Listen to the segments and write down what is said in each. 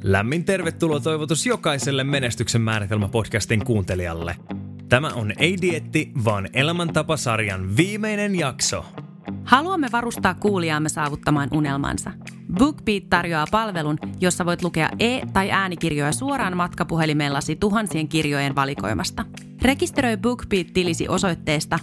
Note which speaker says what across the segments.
Speaker 1: Lämmin tervetuloa toivotus jokaiselle Menestyksen määritelmä-podcastin kuuntelijalle. Tämä on Ei dieetti, vaan elämäntapa-sarjan viimeinen jakso.
Speaker 2: Haluamme varustaa kuulijaamme saavuttamaan unelmansa. BookBeat tarjoaa palvelun, jossa voit lukea e- tai äänikirjoja suoraan matkapuhelimellasi tuhansien kirjojen valikoimasta. Rekisteröi BookBeat-tilisi osoitteesta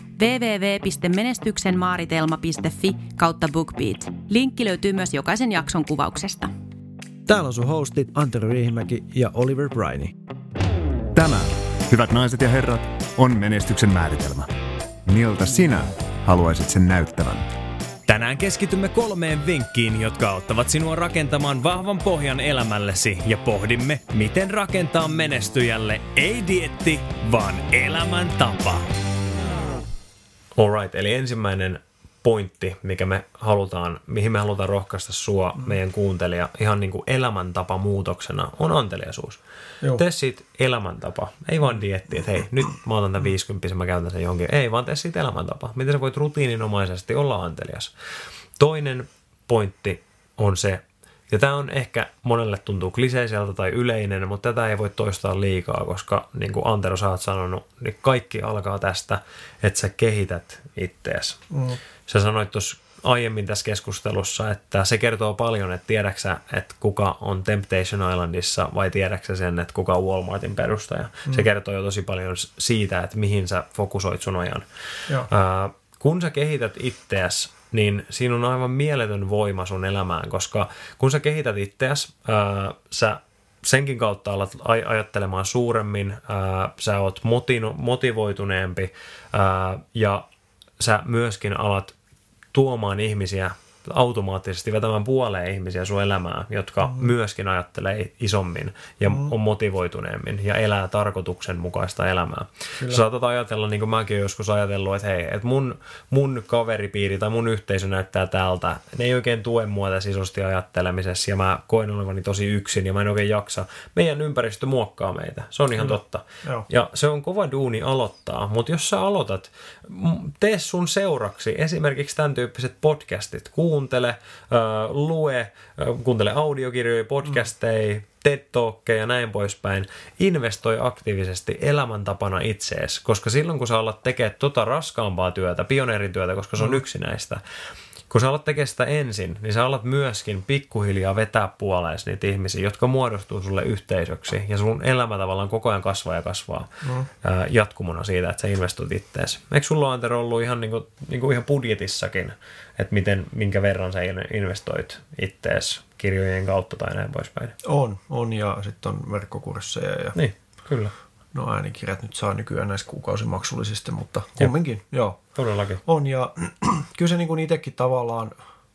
Speaker 2: www.menestyksenmaaritelma.fi/BookBeat. Linkki löytyy myös jokaisen jakson kuvauksesta.
Speaker 3: Täällä on sun hostit Antero Riihimäki ja Oliver Briney.
Speaker 4: Tämä, hyvät naiset ja herrat, on menestyksen määritelmä. Miltä sinä haluaisit sen näyttävän?
Speaker 1: Tänään keskitymme 3 vinkkiin, jotka auttavat sinua rakentamaan vahvan pohjan elämällesi ja pohdimme, miten rakentaa menestyjälle ei dieetti, vaan elämäntapa. Alright, eli ensimmäinen pointti, mihin me halutaan rohkaista sua, meidän kuuntelija, ihan niin kuin elämäntapa muutoksena, on anteliaisuus. Tee siitä elämäntapa. Ei vaan dieetti, että hei, nyt mä otan tämän 50, mä käytän sen johonkin. Ei, vaan tee siitä elämäntapa. Miten sä voit rutiininomaisesti olla antelias. Toinen pointti on se, ja tämä on ehkä monelle tuntuu kliseiseltä tai yleinen, mutta tätä ei voi toistaa liikaa, koska niin kuin Antero sä oot sanonut, niin kaikki alkaa tästä, että sä kehität ittees. Sä sanoit tuossa aiemmin tässä keskustelussa, että se kertoo paljon, että tiedäksä, että kuka on Temptation Islandissa vai tiedäksä sen, että kuka on Walmartin perustaja. Se kertoo jo tosi paljon siitä, että mihin sä fokusoit sun ajan. Kun sä kehität itteäs, niin siinä on aivan mieletön voima sun elämään, koska kun sä kehität itteäs, sä senkin kautta alat ajattelemaan suuremmin, sä oot motivoituneempi ja sä myöskin alat tuomaan ihmisiä, automaattisesti vetämään puoleen ihmisiä sun elämään, jotka myöskin ajattelee isommin ja on motivoituneemmin ja elää tarkoituksenmukaista elämää. Sä saatat ajatella, niin kuin mäkin olen joskus ajatellut, että hei, että mun kaveripiiri tai mun yhteisö näyttää tältä. Ne ei oikein tue mua tässä isosti ajattelemisessa ja mä koen olevani tosi yksin ja mä en oikein jaksa. Meidän ympäristö muokkaa meitä. Se on ihan totta. Ja se on kova duuni aloittaa, mutta jos sä aloitat, tee sun seuraksi esimerkiksi tämän tyyppiset podcastit, kuuntele, kuuntele audiokirjoja, podcasteja, TED-talkkeja ja näin poispäin. Investoi aktiivisesti elämäntapana itseesi, koska silloin kun sä alat tekemään raskaampaa työtä, pioneerityötä, koska se on yksinäistä, kun sä alat tekemään sitä ensin, niin sä alat myöskin pikkuhiljaa vetää puoleesi niitä ihmisiä, jotka muodostuu sulle yhteisöksi ja sun elämä tavallaan koko ajan kasvaa ja kasvaa jatkumona siitä, että sä investoit itteesi. Eikö sulla, Antero, ollut ihan, niin kuin ihan budjetissakin, että minkä verran sä investoit itteesi kirjojen kautta tai näin poispäin? On
Speaker 3: ja sitten on verkkokursseja. Ja
Speaker 1: niin, kyllä.
Speaker 3: No äänikirjat nyt saa nykyään näissä kuukausimaksullisesti, mutta kumminkin, joo.
Speaker 1: Todellakin.
Speaker 3: On ja kyllä se niin kuin itsekin tavallaan,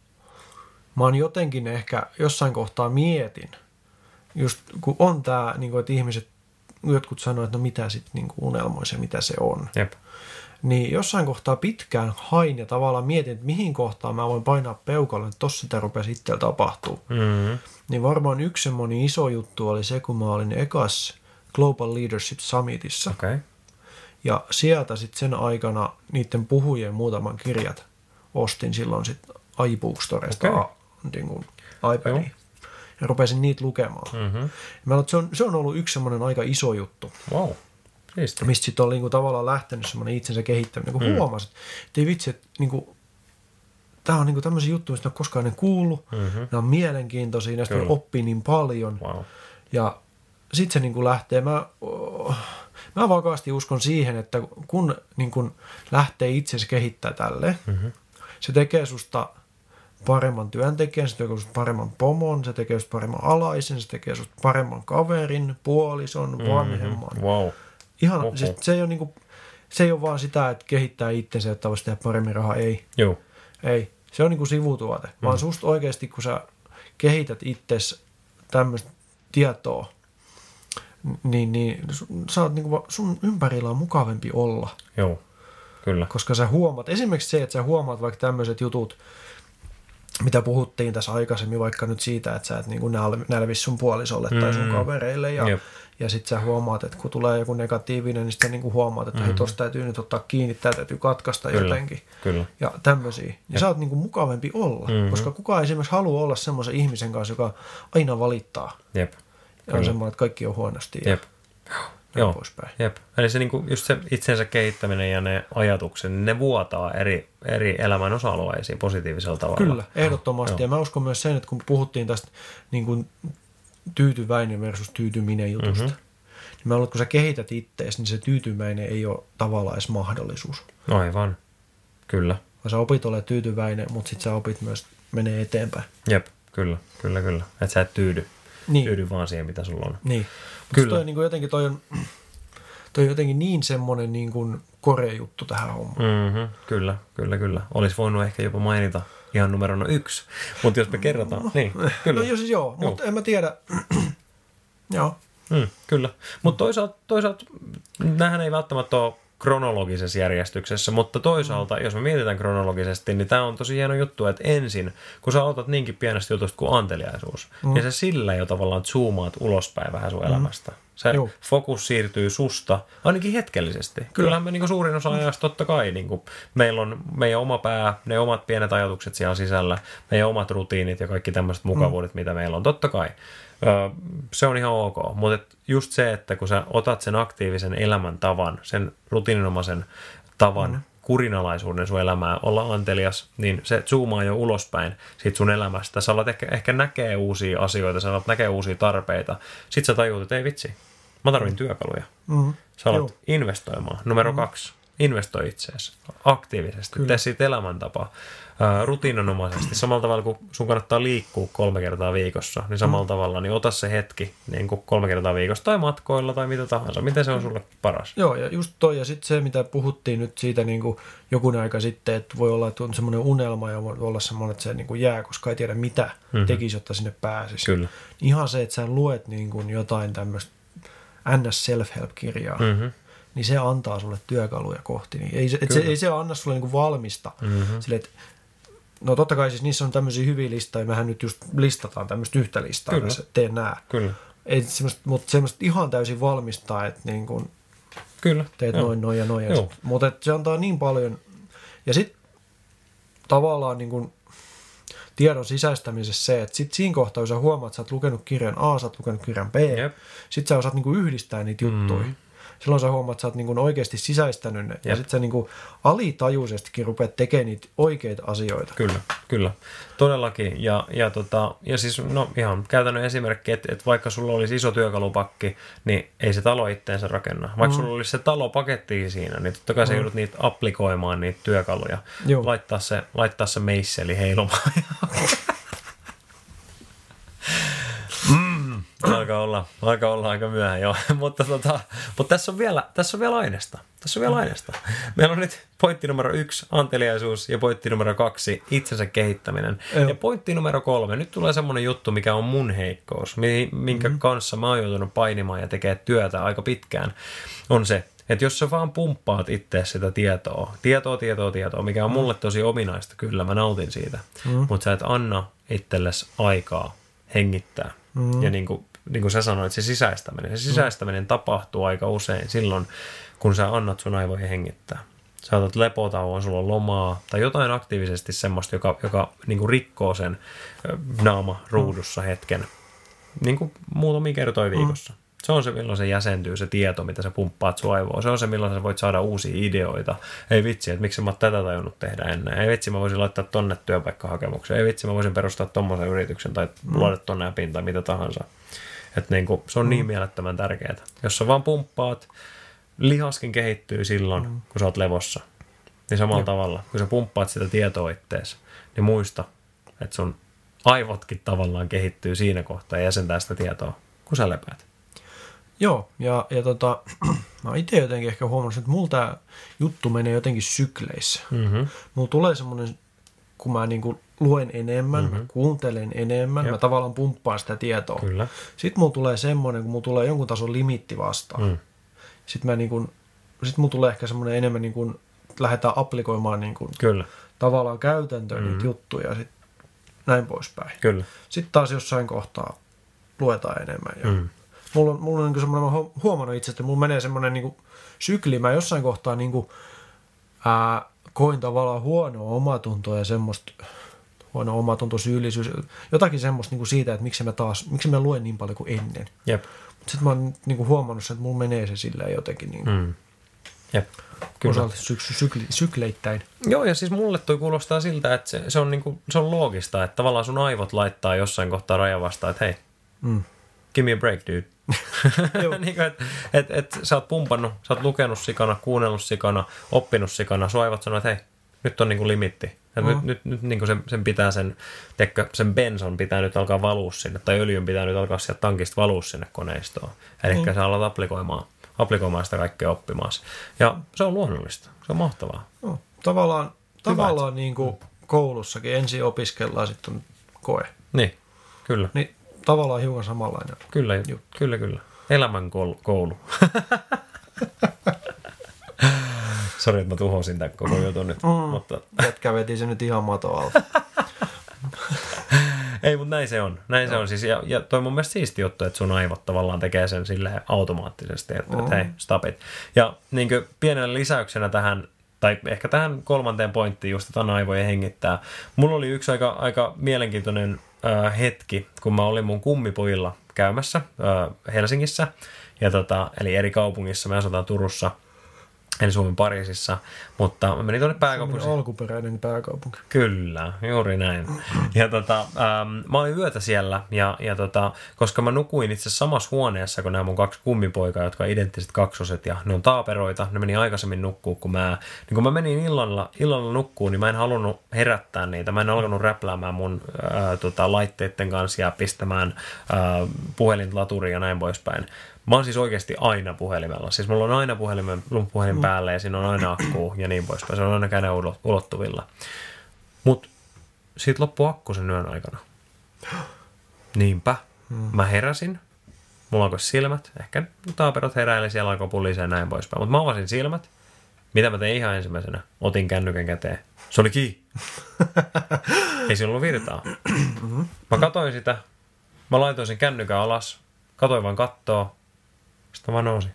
Speaker 3: mä oon jotenkin ehkä jossain kohtaa mietin, just kun on tää, niin kuin, että ihmiset, jotkut sanoo, että no mitä sitten niin unelmoisi ja mitä se on.
Speaker 1: Jep.
Speaker 3: Niin jossain kohtaa pitkään hain ja tavallaan mietin, että mihin kohtaan mä voin painaa peukalle, että tossa sitä rupesi itsellä tapahtuu. Niin varmaan yksi semmoinen iso juttu oli se, kun mä olin ekas Global Leadership Summitissa.
Speaker 1: Okay. Ja
Speaker 3: sieltä sitten sen aikana niiden puhujien muutaman kirjat ostin silloin sitten iBookStoresta niin iPadiin. Ja rupesin niitä lukemaan. Se on ollut yksi semmoinen aika iso juttu.
Speaker 1: Wow.
Speaker 3: Mistä sitten on niin tavallaan lähtenyt semmoinen itsensä kehittäminen. Kun huomasit, että ei vitsi, että niin tämä on niin tämmöisiä juttuja, mistä en ole koskaan ennen kuullut. Ne on mielenkiintoisia, näistä voi oppia niin paljon.
Speaker 1: Wow.
Speaker 3: Ja sitten se niin kuin lähtee. Mä vakaasti uskon siihen, että kun niin kuin lähtee itsensä kehittämään tälle, se tekee susta paremman työntekijän, se tekee susta paremman pomon, se tekee susta paremman alaisen, se tekee susta paremman kaverin, puolison, vanhemman.
Speaker 1: Wow.
Speaker 3: Ihan, siis se ei ole vaan sitä, että kehittää itsensä, että voisi tehdä paremmin rahaa. Ei.
Speaker 1: Joo.
Speaker 3: Ei. Se on niin kuin sivutuote. Vaan susta oikeasti, kun sä kehität itsesi tämmöistä tietoa, niin sä oot niinku, sun ympärillä on mukavampi olla.
Speaker 1: Joo, kyllä.
Speaker 3: Koska sä huomaat, esimerkiksi se, että sä huomaat vaikka tämmöiset jutut, mitä puhuttiin tässä aikaisemmin, vaikka nyt siitä, että sä et niinku nälvis sun puolisolle tai sun kavereille. Ja sit sä huomaat, että kun tulee joku negatiivinen, niin sitten niinku huomaat, että hei, tosta täytyy nyt ottaa kiinni, tää täytyy katkaista jotenkin.
Speaker 1: Kyllä.
Speaker 3: Ja tämmöisiä. Ja sä oot niinku mukavampi olla, koska kukaan ei esimerkiksi halua olla semmoisen ihmisen kanssa, joka aina valittaa.
Speaker 1: Jep.
Speaker 3: on semmoinen, että kaikki on huonosti.
Speaker 1: Jep. Joo, jep. Eli se, niinku, just se itsensä kehittäminen ja ne ajatukset, ne vuotaa eri elämän osa-alueisiin positiivisella tavalla.
Speaker 3: Kyllä, ehdottomasti. Ja mä uskon myös sen, että kun puhuttiin tästä niin kuin tyytyväinen versus tyytyminen jutusta, niin mä luulen, että kun sä kehität ittees, niin se tyytyväinen ei ole tavallaan edes mahdollisuus.
Speaker 1: Aivan, kyllä.
Speaker 3: Sä opit olemaan tyytyväinen, mutta sit sä opit myös menee eteenpäin.
Speaker 1: Jep, kyllä. Että sä et tyydy vaan siihen, mitä sulla on.
Speaker 3: Niin. Kyllä. Toi, niin kuin jotenkin toi on jotenkin niin semmoinen niin kuin kore-juttu tähän hommaan.
Speaker 1: Kyllä. Olisi voinut ehkä jopa mainita ihan numerona 1, mutta jos me kerrotaan, niin kyllä.
Speaker 3: No siis joo, mutta en mä tiedä. Joo.
Speaker 1: Kyllä, mutta toisaalta nämähän ei välttämättä ole kronologisessa järjestyksessä, mutta toisaalta, jos me mietitään kronologisesti, niin tämä on tosi hieno juttu, että ensin, kun sä aloitat niinkin pienestä jutusta kuin anteliaisuus, niin sä sillä jo tavallaan zoomaat ulospäin vähän sun elämästä. Se fokus siirtyy susta, ainakin hetkellisesti. Kyllähän me niin kuin suurin osa ajasta totta kai, niin kuin meillä on meidän oma pää, ne omat pienet ajatukset siellä sisällä, meidän omat rutiinit ja kaikki tämmöiset mukavuudet, mitä meillä on, totta kai. Se on ihan ok, mutta just se, että kun sä otat sen aktiivisen elämäntavan, sen rutiininomaisen tavan, kurinalaisuuden sun elämää, olla antelias, niin se zoomaa jo ulospäin siitä sun elämästä. Sä alat ehkä näkee uusia asioita, sä alat näkee uusia tarpeita. Sitten sä tajuut, että ei vitsi, mä tarvin työkaluja. Sä alat investoimaan. Numero 2. Investoi itseesi aktiivisesti. Tee siitä elämäntapaa rutiininomaisesti. Samalla tavalla, kun sun kannattaa liikkua 3 kertaa viikossa, niin samalla tavalla niin ota se hetki niin kuin 3 kertaa viikossa tai matkoilla tai mitä tahansa. Miten se on sulle paras?
Speaker 3: Joo, ja just toi. Ja sitten se, mitä puhuttiin nyt siitä niin kuin jokunen aika sitten, että voi olla, että on semmoinen unelma ja voi olla semmoinen, että se niin kuin jää, koska ei tiedä mitä tekisi, jotta sinne pääsisi.
Speaker 1: Kyllä.
Speaker 3: Ihan se, että sä luet niin kuin jotain tämmöistä NS Self-Help-kirjaa, niin se antaa sulle työkaluja kohti. Niin ei se anna sulle niinku valmista. Sille, että, no totta kai siis niissä on tämmöisiä hyviä listoja, mehän nyt just listataan tämmöistä yhtä listaa, että tee nää.
Speaker 1: Kyllä.
Speaker 3: Mutta semmoista ihan täysin valmistaa, että niin kun teet noin ja noin. Mutta se antaa niin paljon. Ja sitten tavallaan niin kun tiedon sisäistämisessä se, että sit siinä kohtaa, kun sä huomaat, että sä oot lukenut kirjan A, sä oot lukenut kirjan B, sit sä osaat niinku yhdistää niitä juttuja. Silloin sä huomaat, että sä oot niinku oikeasti sisäistänyt ne. Ja sitten sä niinku alitajuisestikin rupeat tekemään niitä oikeita asioita.
Speaker 1: Kyllä. Todellakin. Ja siis no ihan käytännön esimerkki, että vaikka sulla olisi iso työkalupakki, niin ei se talo itteensä rakenna. Vaikka sulla olisi se talo paketti siinä, niin totta kai sä joudut niitä applikoimaan, niitä työkaluja. Laittaa se meisseli heilumaan. Alkaa olla aika myöhään, joo. mutta tässä on vielä aineesta. Meillä on nyt pointti numero 1, anteliaisuus, ja pointti numero 2, itsensä kehittäminen. Ja pointti numero 3, nyt tulee semmoinen juttu, mikä on mun heikkous, minkä kanssa mä oon joutunut painimaan ja tekemään työtä aika pitkään, on se, että jos sä vaan pumppaat itse sitä tietoa, mikä on mulle tosi ominaista, kyllä mä nautin siitä, mutta sä et anna itsellesi aikaa hengittää. Ja niin kuin sä sanoit, se sisäistäminen tapahtuu aika usein silloin, kun sä annat sun aivoihin hengittää. Sä otat lepotauon, sulla on lomaa tai jotain aktiivisesti semmoista, joka niin kuin rikkoo sen naama ruudussa hetken, niin kuin muutamia kertoja viikossa. Se on se, milloin se jäsentyy, se tieto, mitä sä pumppaat sun aivoon. Se on se, milloin sä voit saada uusia ideoita. Ei vitsi, että miksi mä oon tätä tajunnut tehdä ennen. Ei vitsi, mä voisin laittaa tonne työpaikkahakemuksen. Ei vitsi, mä voisin perustaa tommoisen yrityksen tai luoda tonne appin tai mitä tahansa. Että niinku, se on niin mielettömän tärkeää. Jos sä vaan pumppaat, lihaskin kehittyy silloin, kun sä oot levossa. Niin samalla tavalla, kun sä pumppaat sitä tietoa ittees, niin muista, että sun aivotkin tavallaan kehittyy siinä kohtaa ja jäsentää sitä tietoa, kun sä lepäät.
Speaker 3: Joo, ja mä itse jotenkin ehkä huomannut, että mulla tää juttu menee jotenkin sykleissä. Mulla tulee semmoinen, kun mä niinku luen enemmän, mä kuuntelen enemmän, mä tavallaan pumppaan sitä tietoa.
Speaker 1: Kyllä.
Speaker 3: Sitten mulla tulee semmoinen, kun mulla tulee jonkun tason limitti vastaan. Sitten mulla tulee ehkä semmoinen enemmän, niin kuin lähdetään applikoimaan niin kuin tavallaan käytäntöön niitä juttuja ja sitten näin poispäin.
Speaker 1: Kyllä.
Speaker 3: Sitten taas jossain kohtaa luetaan enemmän. Ja mulla on niin semmoinen, mä huomannut itse, että mulla menee semmoinen niin sykli. Mä jossain kohtaa niin kuin, koin tavallaan huonoa omatuntoa ja semmoista huono omatunto, syyllisyys, jotakin semmoista niin kuin siitä, että miksi mä luen niin paljon kuin ennen.
Speaker 1: Jep.
Speaker 3: Mutta sitten mä oon niin kuin huomannut sen, että mulla menee se silleen jotenkin niin
Speaker 1: Jep. Kyllä.
Speaker 3: sykleittäin.
Speaker 1: Joo, ja siis mulle toi kuulostaa siltä, että se on loogista, että tavallaan sun aivot laittaa jossain kohtaa rajan vastaan, että hei, give me a break, dude. Niin että sä oot pumpannut, sä oot lukenut sikana, kuunnellut sikana, oppinut sikana, sun aivot sanoo, että hei, nyt on niin kuin limitti. Nyt niin kuin sen pitää sen bensan pitää nyt alkaa valua sinne, tai öljyn pitää nyt alkaa sieltä tankista valua sinne koneistoon. Eli sä alat applikoimaan sitä kaikkea oppimaan. Ja se on luonnollista, se on mahtavaa.
Speaker 3: No, tavallaan niin kuin koulussakin ensin opiskellaan, sitten on koe.
Speaker 1: Niin, kyllä.
Speaker 3: Niin tavallaan hiukan samanlainen.
Speaker 1: Kyllä. Elämän koulu. Sori, että mä tuhosin tämän koko jutun nyt. Mutta
Speaker 3: jätkä veti se nyt ihan mato alta.
Speaker 1: Ei, mutta näin se on. Se on siis. Ja toi mun mielestä siisti juttu, että sun aivot tavallaan tekee sen silleen automaattisesti, että hei, stop it. Ja niin kuin pienellä lisäyksenä tähän, tai ehkä tähän 3. pointtiin, just tätä aivojen hengittää. Mulla oli yksi aika mielenkiintoinen hetki, kun mä olin mun kummipojilla käymässä Helsingissä, eli eri kaupungissa. Me asutaan Turussa, eli Suomen Pariisissa, mutta mä menin tuonne pääkaupunkiin.
Speaker 3: Suomen alkuperäinen pääkaupunki.
Speaker 1: Kyllä, juuri näin. Ja mä olin yötä siellä, ja koska mä nukuin itse samassa huoneessa kuin nämä mun 2 kummipoikaa, jotka on identtiset kaksoset, ja ne on taaperoita, ne meni aikaisemmin nukkuu, kun mä menin illalla nukkuun, niin mä en halunnut herättää niitä, mä en alkanut räpläämään mun laitteiden kanssa ja pistämään puhelinlaturia ja näin poispäin. Mä oon siis oikeasti aina puhelimella. Siis mulla on aina puhelin päällä ja siinä on aina akku ja niin poispäin. Se on aina käden ulottuvilla. Mut siitä loppui akku sen yön aikana. Niinpä. Mä heräsin. Mulla alkoi silmät. Ehkä taaperot heräili, siellä alkoi pulisee ja näin poispäin. Mutta mä avasin silmät. Mitä mä tein ihan ensimmäisenä? Otin kännykän käteen. Se oli kiinni. Ei siinä ollut virtaa. Mä katoin sitä. Mä laitoin sen kännykän alas. Katoin vaan kattoo. Sitten vaan nousin.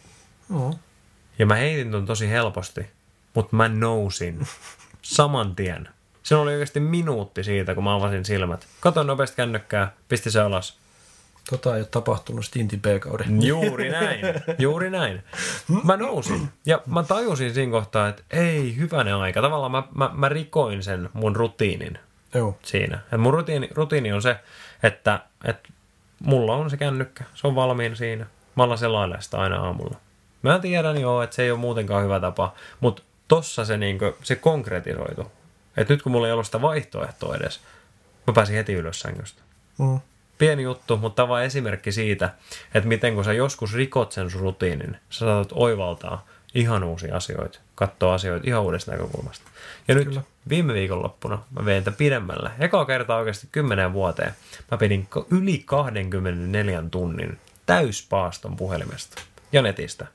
Speaker 1: Ja mä heitin ton tosi helposti, mutta mä nousin saman tien. Se oli oikeasti minuutti siitä, kun mä avasin silmät. Katoin nopeasti kännykkää, pisti se alas.
Speaker 3: Ei ole tapahtunut Stintin B-kauden.
Speaker 1: Juuri näin. Mä nousin ja mä tajusin siinä kohtaa, että ei, hyvänen aika. Tavallaan mä rikoin sen mun rutiinin siinä. Et mun rutiini on se, että mulla on se kännykkä, se on valmiina siinä. Mä alan selailemaan sitä aina aamulla. Mä tiedän että se ei ole muutenkaan hyvä tapa, mutta tossa se konkretisoitu. Että nyt kun mulla ei ollut sitä vaihtoehtoa edes, mä pääsin heti ylös sängystä. Pieni juttu, mutta tämä on esimerkki siitä, että miten kun sä joskus rikot sen sun rutiinin, sä saatat oivaltaa ihan uusia asioita, katsoa asioita ihan uudesta näkökulmasta. Ja nyt viime viikonloppuna mä vein tämän pidemmälle. Ekaa kertaa oikeasti 10 vuoteen. Mä pidin yli 24 tunnin täyspaaston puhelimesta ja netistä.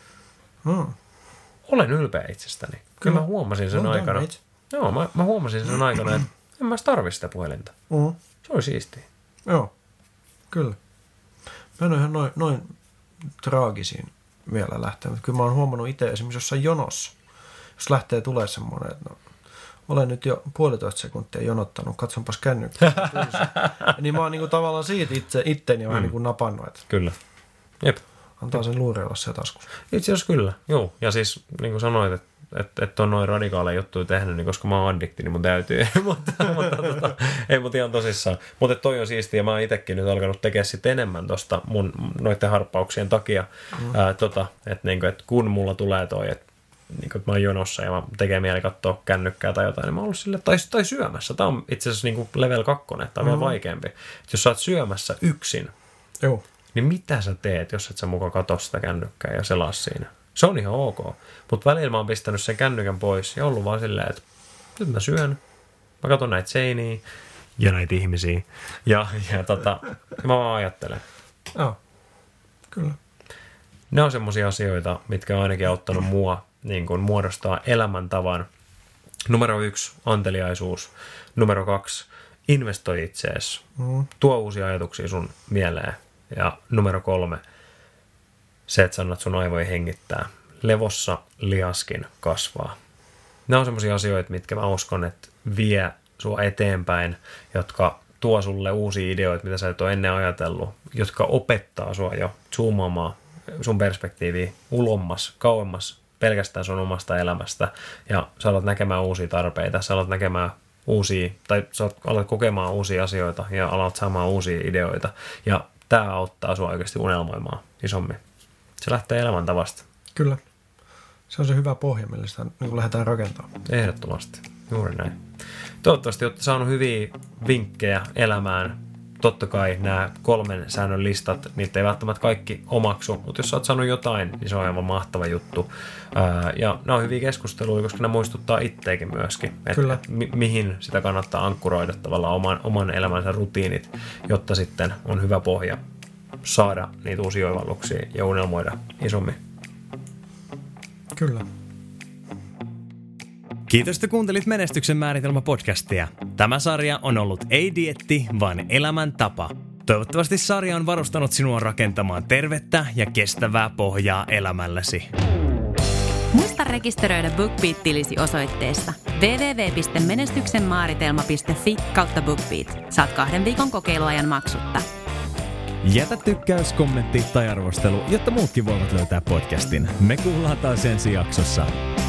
Speaker 1: Olen ylpeä itsestäni. Kyllä mä huomasin sen aikana. Joo, mä huomasin sen aikana, että en mä tarvi sitä puhelinta. Se oli siistiä.
Speaker 3: Joo, kyllä. Mä en ole ihan noin traagisiin vielä lähtenyt. Kyllä mä oon huomannut itse esimerkiksi jossain jonossa, jos lähtee tulee semmoinen, että olen nyt jo 1,5 sekuntia jonottanut, katsonpas kännykkää. Niin mä oon niinku tavallaan siitä itteeni vähän niinku napannut. Että
Speaker 1: kyllä. Jep.
Speaker 3: Antaa sen luuri olla siellä taskussa.
Speaker 1: Itse asiassa kyllä, joo. Ja siis niin kuin sanoit, että on noin radikaaleja juttuja tehnyt, niin koska mä oon addikti, niin mun täytyy. Ei mut ihan tosissaan. Mutta toi on siistiä ja mä oon itsekin nyt alkanut tekemään sit enemmän tosta mun noiden harppauksien takia. Että niinku, et kun mulla tulee toi, että niinku, mä oon jonossa ja mä tekee mieli katsoa kännykkää tai jotain, niin mä oon ollut silleen, tai syömässä. Tää on itse asiassa niinku level 2, tää on vielä vaikeampi. Et jos sä oot syömässä yksin, niin mitä sä teet, jos et sä mukaan katso sitä kännykkää ja selaa siinä? Se on ihan ok. Mutta välillä mä oon pistänyt sen kännykän pois ja ollut vaan silleen, että nyt mä syön. Mä katson näitä seiniä ja näitä ihmisiä. Ja mä vaan ajattelen.
Speaker 3: Joo, kyllä.
Speaker 1: Ne on semmosia asioita, mitkä on ainakin auttanut mua niin kun muodostaa elämäntavan. Numero 1, anteliaisuus. Numero 2, investoi itseesi. Tuo uusia ajatuksia sun mieleen. Ja numero 3, se, että sanot sun aivojen hengittää. Levossa lihaskin kasvaa. Nämä on semmoisia asioita, mitkä mä uskon, että vie sua eteenpäin, jotka tuo sulle uusia ideoita, mitä sä et ole ennen ajatellut, jotka opettaa sua jo zoomaamaan sun perspektiiviä kauemmas pelkästään sun omasta elämästä, ja sä alat näkemään uusia tarpeita, sä alat näkemään alat kokemaan uusia asioita ja alat saamaan uusia ideoita, ja tää auttaa sua oikeasti unelmoimaan isommin. Se lähtee elämäntavasta.
Speaker 3: Kyllä. Se on se hyvä pohja, millä sitä niin lähdetään rakentamaan.
Speaker 1: Ehdottomasti. Juuri näin. Toivottavasti olette saanut hyviä vinkkejä elämään. Totta kai nämä 3 säännön listat, niitä ei välttämättä kaikki omaksu, mutta jos sä oot saanut jotain, niin se on aivan mahtava juttu. Ja nämä on hyviä keskusteluja, koska ne muistuttaa itteekin myöskin, että mihin sitä kannattaa ankkuroida tavallaan oman elämänsä rutiinit, jotta sitten on hyvä pohja saada niitä uusia oivalluksia ja unelmoida isommin.
Speaker 3: Kyllä.
Speaker 5: Kiitos, että kuuntelit Menestyksen määritelmä podcastia. Tämä sarja on ollut ei dieetti, vaan elämäntapa. Toivottavasti sarja on varustanut sinua rakentamaan tervettä ja kestävää pohjaa elämälläsi.
Speaker 2: Muista rekisteröidä BookBeat-tilisi osoitteessa www.menestyksenmaaritelma.fi/BookBeat. Saat 2 viikon kokeiluajan maksutta.
Speaker 5: Jätä tykkäys, kommentti tai arvostelu, jotta muutkin voivat löytää podcastin. Me kuullaan taas ensi jaksossa.